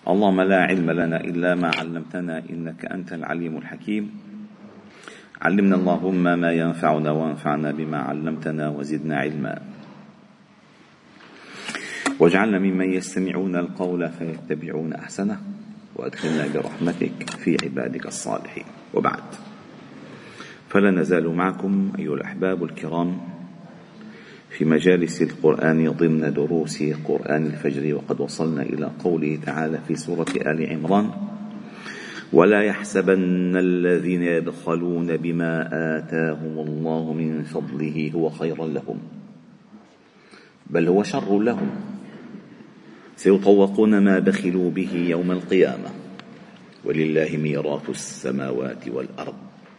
اللهم لا علم لنا إلا ما علمتنا إنك أنت العليم الحكيم. علمنا اللهم ما ينفعنا وانفعنا بما علمتنا وزدنا علما، واجعلنا ممن يستمعون القول فيتبعون أحسنه، وأدخلنا برحمتك في عبادك الصالحين. وبعد، فلا نزال معكم أيها الأحباب الكرام في مجالس القرآن ضمن دروس قرآن الفجر، وقد وصلنا إلى قوله تعالى في سورة آل عمران: ولا يحسبن الذين يبخلون بما آتاهم الله من فضله هو خيرا لهم بل هو شر لهم، سيطوقون ما بخلوا به يوم القيامة، ولله ميراث السماوات والأرض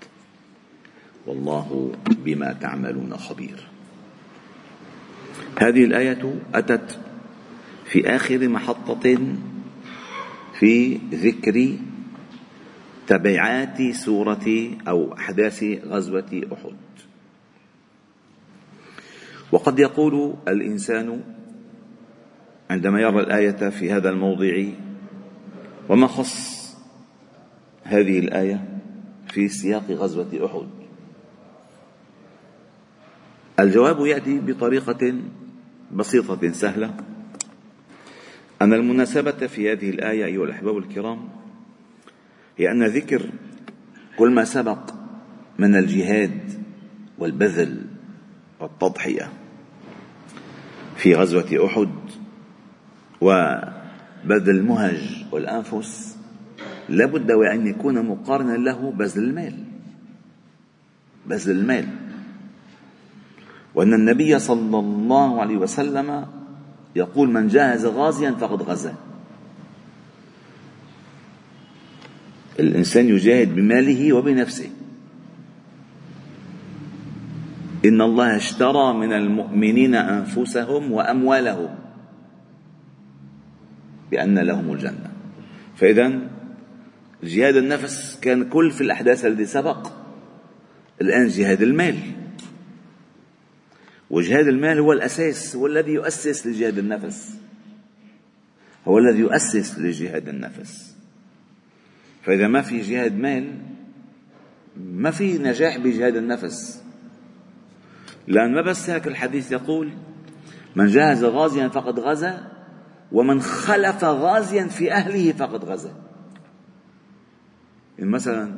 والله بما تعملون خبير. هذه الآية أتت في آخر محطة في ذكر تبعات سورة أو أحداث غزوة أحد. وقد يقول الإنسان عندما يرى الآية في هذا الموضع: وما خص هذه الآية في سياق غزوة أحد؟ الجواب يأتي بطريقة بسيطة سهلة، أن المناسبة في هذه الآية أيها الأحباب الكرام هي أن ذكر كل ما سبق من الجهاد والبذل والتضحية في غزوة أحد وبذل المهج والأنفس لابد وأن يكون مقارنا له بذل المال، وأن النبي صلى الله عليه وسلم يقول: من جاهز غازيا فقد غزا. الإنسان يجاهد بماله وبنفسه. إن الله اشترى من المؤمنين أنفسهم وأموالهم بأن لهم الجنة. فإذا جهاد النفس كان كل في الأحداث التي سبق. الآن جهاد المال، وجهاد المال هو الأساس، هو الذي يؤسس لجهاد النفس، هو الذي يؤسس لجهاد النفس. فإذا ما في جهاد مال ما في نجاح بجهاد النفس، لأن ما بس هيك الحديث يقول: من جاهز غازيا فقد غزا، ومن خلف غازيا في أهله فقد غزا. يعني مثلا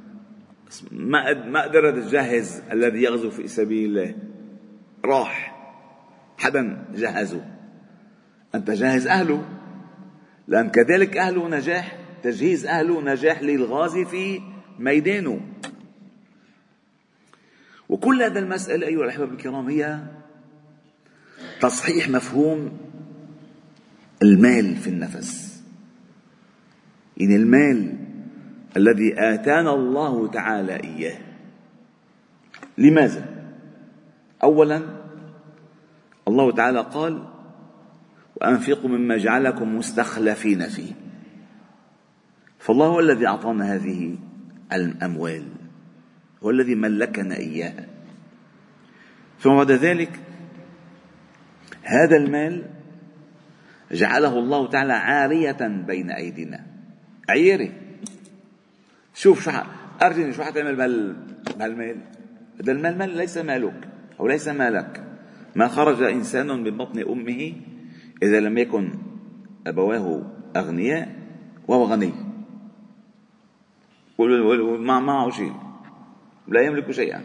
ما قدرت تجهز الذي يغزو في سبيل الله، راح حدا جهزه، أنت جاهز أهله، لأن كذلك أهله نجاح، تجهيز أهله نجاح للغازي في ميدانه. وكل هذا المسألة أيها الأحباب الكرام هي تصحيح مفهوم المال في النفس. إن المال الذي آتانا الله تعالى إياه، لماذا؟ أولا، الله تعالى قال: وأنفقوا مما جعلكم مستخلفين فيه. فالله هو الذي أعطانا هذه الأموال، هو الذي ملكنا إياها. ثم بعد ذلك هذا المال جعله الله تعالى عارية بين أيدينا، عيرة. شوف أرجعني شو حتعمل بهالمال؟ هذا المال ليس مالك أو ليس مالك. ما خرج إنسان من بطن أمه إذا لم يكن أبواه أغنياء وهو غني، وما معه شيء، لا يملك شيئا.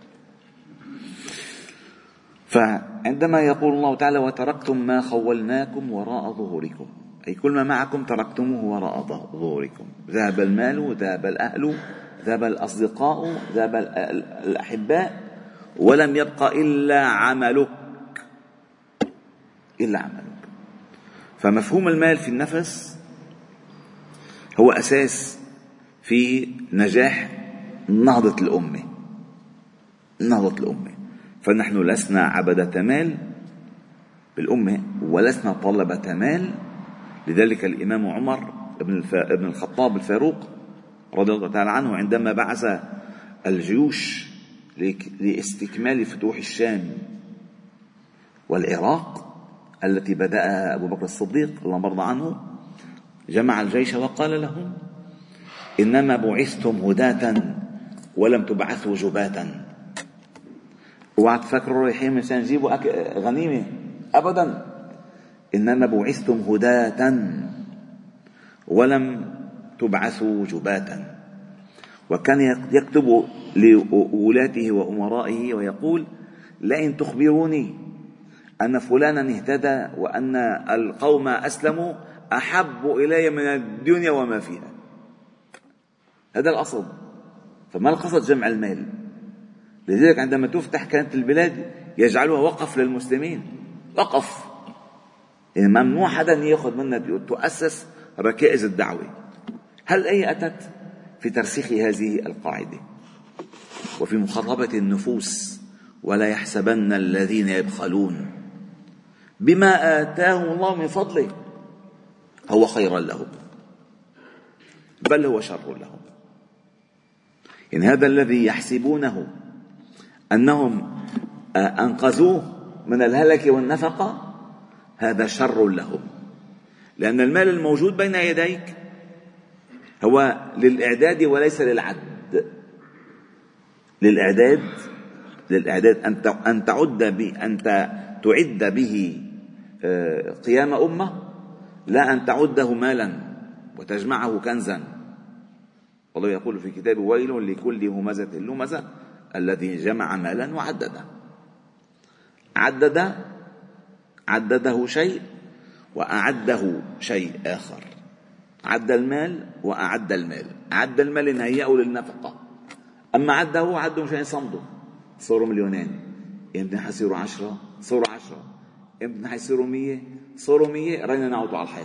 فعندما يقول الله تعالى: وتركتم ما خولناكم وراء ظهوركم، أي كل ما معكم تركتموه وراء ظهوركم. ذهب المال، ذهب الأهل، ذهب الأصدقاء، ذهب الأحباء، ولم يبق إلا عملك. فمفهوم المال في النفس هو أساس في نجاح نهضة الأمة. فنحن لسنا عبدة مال بالأمة، ولسنا طلبة مال. لذلك الإمام عمر ابن الخطاب الفاروق رضي الله تعالى عنه عندما بعث الجيوش لاستكمال فتوح الشام والعراق التي بدأها أبو بكر الصديق اللهم يرضى عنه، جمع الجيش وقال لهم: إنما بعثتم هداة ولم تبعثوا جباة. اوعى تفكروا رايحين مثلا نجيبوا غنيمة، أبدا. إنما بعثتم هداة ولم تبعثوا جباة. وكان يكتب لولاته وأمرائه ويقول: لئن تخبروني أن فلانا اهتدى وأن القوم أسلموا أحب إلي من الدنيا وما فيها. هذا الأصل. فما القصد جمع المال؟ لذلك عندما تفتح كانت البلاد يجعلوها وقف للمسلمين، وقف، يعني ممنوع حدا يأخذ منها، تؤسس ركائز الدعوة. هل أي أتت في ترسيخ هذه القاعدة وفي مخاطبة النفوس: ولا يحسبن الذين يبخلون بما آتاهم الله من فضله هو خيرا لهم بل هو شر لهم. يعني هذا الذي يحسبونه أنهم أنقذوه من الهلك والنفقة هذا شر لهم، لأن المال الموجود بين يديك هو للإعداد وليس للعد. للإعداد أن تعد به قيام أمة، لا أن تعده مالا وتجمعه كنزا. والله يقول في كتابه: ويل لكل همزة لمزة الذي جمع مالا وعدده. عدده شيء وأعده شيء آخر. عد المال وأعد المال. عد المال إن هيئه للنفقة، أما عده مشان يصمده. صاروا مليونين، يمكن حيصيروا 10، صاروا 10، يمكن حيصيروا 100، صاروا 100. رينا نعودوا على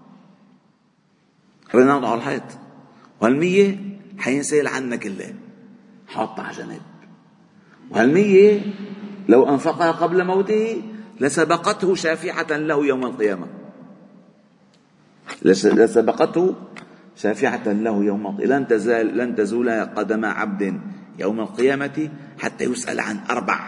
الحيط، وهال100 حينسال عنا كلها، حاطة على جنب. وهال100 لو أنفقها قبل موته لسبقته شافعة له يوم القيامة. لن تزول قدم عبد يوم القيامة حتى يسأل عن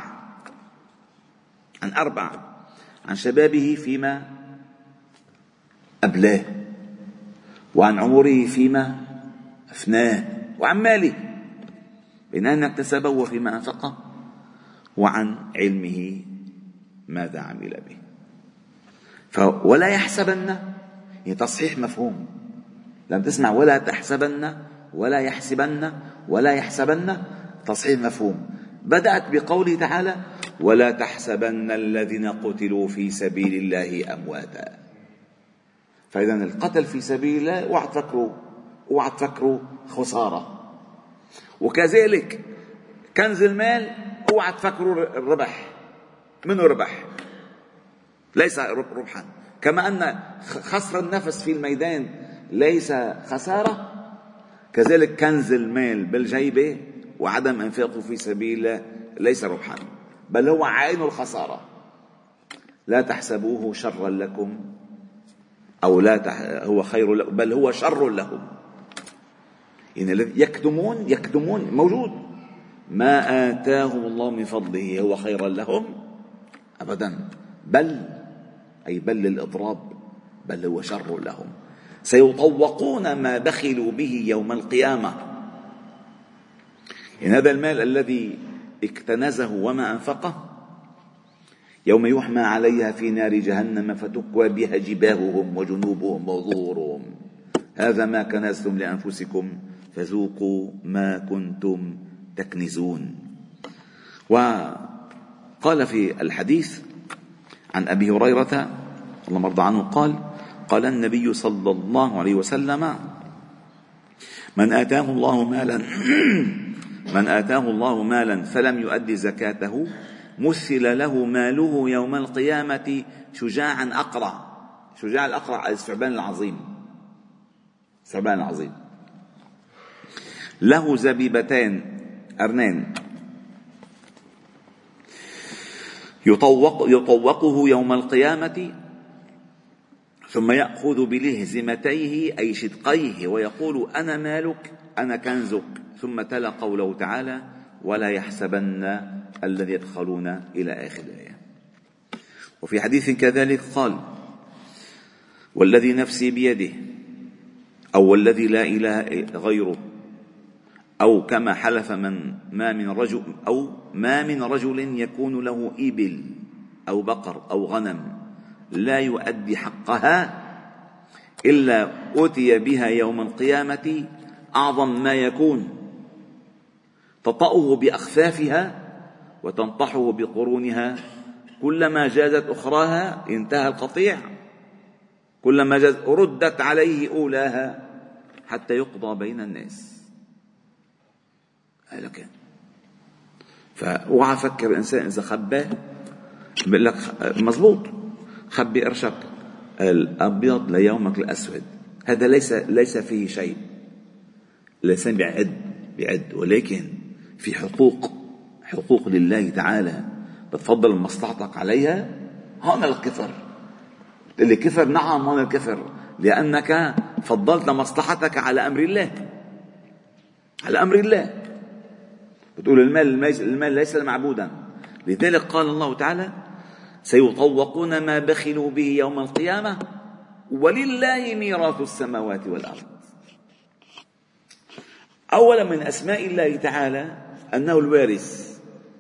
أربع: عن شبابه فيما أبلاه، وعن عمره فيما أفناه، وعن ماله بين أن اكتسبه وفيما أنفقه، وعن علمه ماذا عمل به. ولا يحسبن، يعني تصحيح مفهوم. لم تسمع ولا تحسبن ولا يحسبن ولا يحسبن، تصحيح مفهوم. بدأت بقوله تعالى: ولا تحسبن الذين قتلوا في سبيل الله أمواتا. فإذا القتل في سبيل الله اوعى تفكروا خسارة. وكذلك كنز المال اوعى تفكروا الربح، منه ربح ليس ربحا. كما أن خسر النفس في الميدان ليس خسارة، كذلك كنز المال بالجيبة وعدم انفاقه في سبيل الله ليس ربحا، بل هو عين الخسارة. لا تحسبوه شرا لكم أو هو خير لكم بل هو شر لهم. يعني يكتمون موجود. ما آتاهم الله من فضله هو خيرا لهم أبدا، بل للإضراب، بل هو شر لهم. سيطوقون ما بخلوا به يوم القيامة. إن هذا المال الذي اكتنزه وما أنفقه يوم يحمى عليها في نار جهنم فتكوى بها جباههم وجنوبهم وظهورهم هذا ما كنزتم لأنفسكم فذوقوا ما كنتم تكنزون. وقال في الحديث عن أبي هريرة اللهم ارضى عنه قال النبي صلى الله عليه وسلم: من آتاه الله مالا فلم يؤد زكاته مثل له ماله يوم القيامة شجاعا أقرع. شجاع الأقرع الثعبان العظيم له زبيبتان أرنان يطوقه يوم القيامة ثم يأخذ بلهزمتيه أي شدقيه ويقول: أنا مالك أنا كنزك. ثم تلا قوله تعالى: ولا يحسبن الذين يبخلون إلى آخر الآية. وفي حديث كذلك قال: والذي نفسي بيده أو والذي لا إله غيره، أو كما حلف ما من رجل يكون له إبل أو بقر أو غنم لا يؤدي حقها إلا أتي بها يوم القيامة أعظم ما يكون، تطأه بأخفافها وتنطحه بقرونها، كلما جازت أخراها انتهى القطيع، كلما جازت ردت عليه أولاها حتى يقضى بين الناس. هذا كان. فاوعى فكر الإنسان إذا خباه بقول لك مزبوط، خبي قرشك الأبيض ليومك الأسود، هذا ليس فيه شيء. الإنسان بيعد، ولكن في حقوق لله تعالى بتفضل مصلحتك عليها. هون الكفر، اللي كفر نعم هون الكفر، لأنك فضلت مصلحتك على أمر الله، على أمر الله. بتقول المال ليس معبودا، لذلك قال الله تعالى سيطوقون ما بخلوا به يوم القيامة ولله ميراث السماوات والأرض. أولا من أسماء الله تعالى أنه الوارث،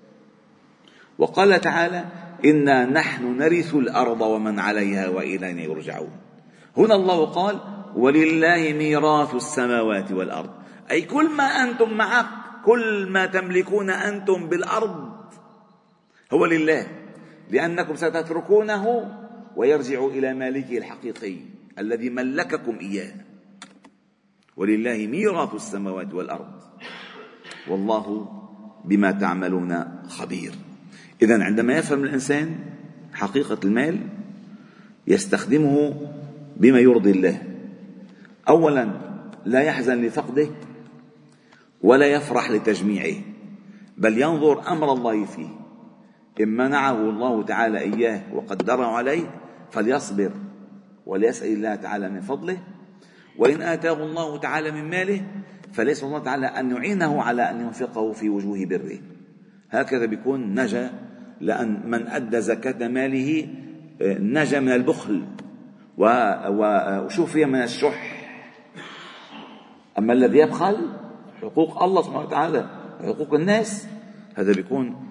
وقال تعالى إنا نحن نرث الأرض ومن عليها وإلينا يرجعون. هنا الله قال ولله ميراث السماوات والأرض، أي كل ما أنتم معك، كل ما تملكون أنتم بالأرض هو لله، لأنكم ستتركونه ويرجع إلى مالكه الحقيقي الذي ملككم إياه. ولله ميراث السماوات والأرض والله بما تعملون خبير. إذن عندما يفهم الإنسان حقيقة المال يستخدمه بما يرضي الله. أولا لا يحزن لفقده ولا يفرح لتجميعه، بل ينظر أمر الله فيه. إن منعه الله تعالى إياه وقدره عليه فليصبر وليسأل الله تعالى من فضله، وإن آتاه الله تعالى من ماله فليس الله تعالى أن يعينه على أن ينفقه في وجوه بره. هكذا بيكون نجا، لأن من أدى زكاة ماله نجا من البخل وشوفي من الشح. أما الذي يبخل حقوق الله سبحانه وتعالى حقوق الناس هذا بيكون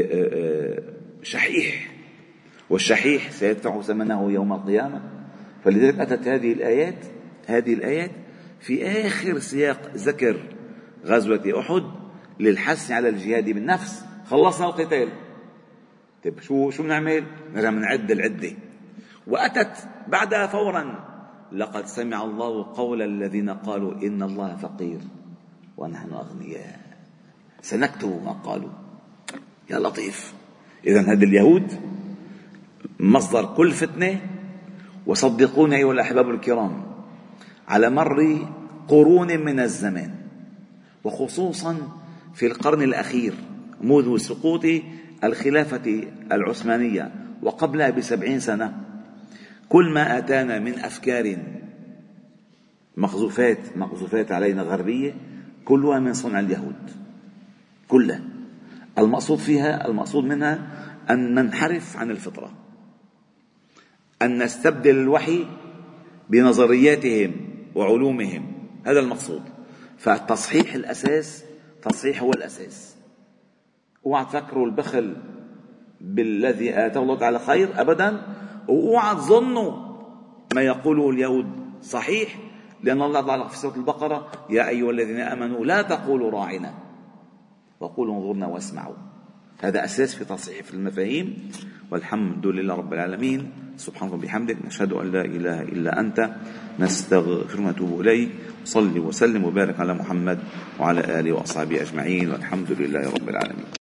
شحيح، والشحيح سيدفع ثمنه يوم القيامة. فلذلك أتت هذه الآيات في آخر سياق ذكر غزوة أحد للحث على الجهاد بالنفس. خلصنا القتال، طيب شو بنعمل؟ نرجع نعد العدة. وأتت بعدها فورا لقد سمع الله قول الذين قالوا إن الله فقير ونحن أغنياء سنكتب ما قالوا. يا لطيف. إذن هذا اليهود مصدر كل فتنة. وصدقوني أيها الأحباب الكرام، على مر قرون من الزمان وخصوصا في القرن الأخير منذ سقوط الخلافة العثمانية وقبلها ب70 سنة، كل ما أتانا من أفكار مقذوفات علينا غربية كلها من صنع اليهود كلها. المقصود منها أن ننحرف عن الفطرة، أن نستبدل الوحي بنظرياتهم وعلومهم، هذا المقصود. فالتصحيح الأساس، تصحيح هو الأساس. اوعى تفكروا البخل بالذي آتاه الله تعالى خير أبدا، واوعى تظنوا ما يقوله اليهود صحيح، لأن الله تعالى في سورة البقرة يا أيها الذين آمنوا لا تقولوا راعنا وقولوا انظرنا واسمعوا. هذا أساس في تصحيح في المفاهيم. والحمد لله رب العالمين. سبحانك وبحمدك، نشهد أن لا إله إلا أنت، نستغفرك ونتوب إليك. صل وسلم وبارك على محمد وعلى آله وأصحابه أجمعين، والحمد لله رب العالمين.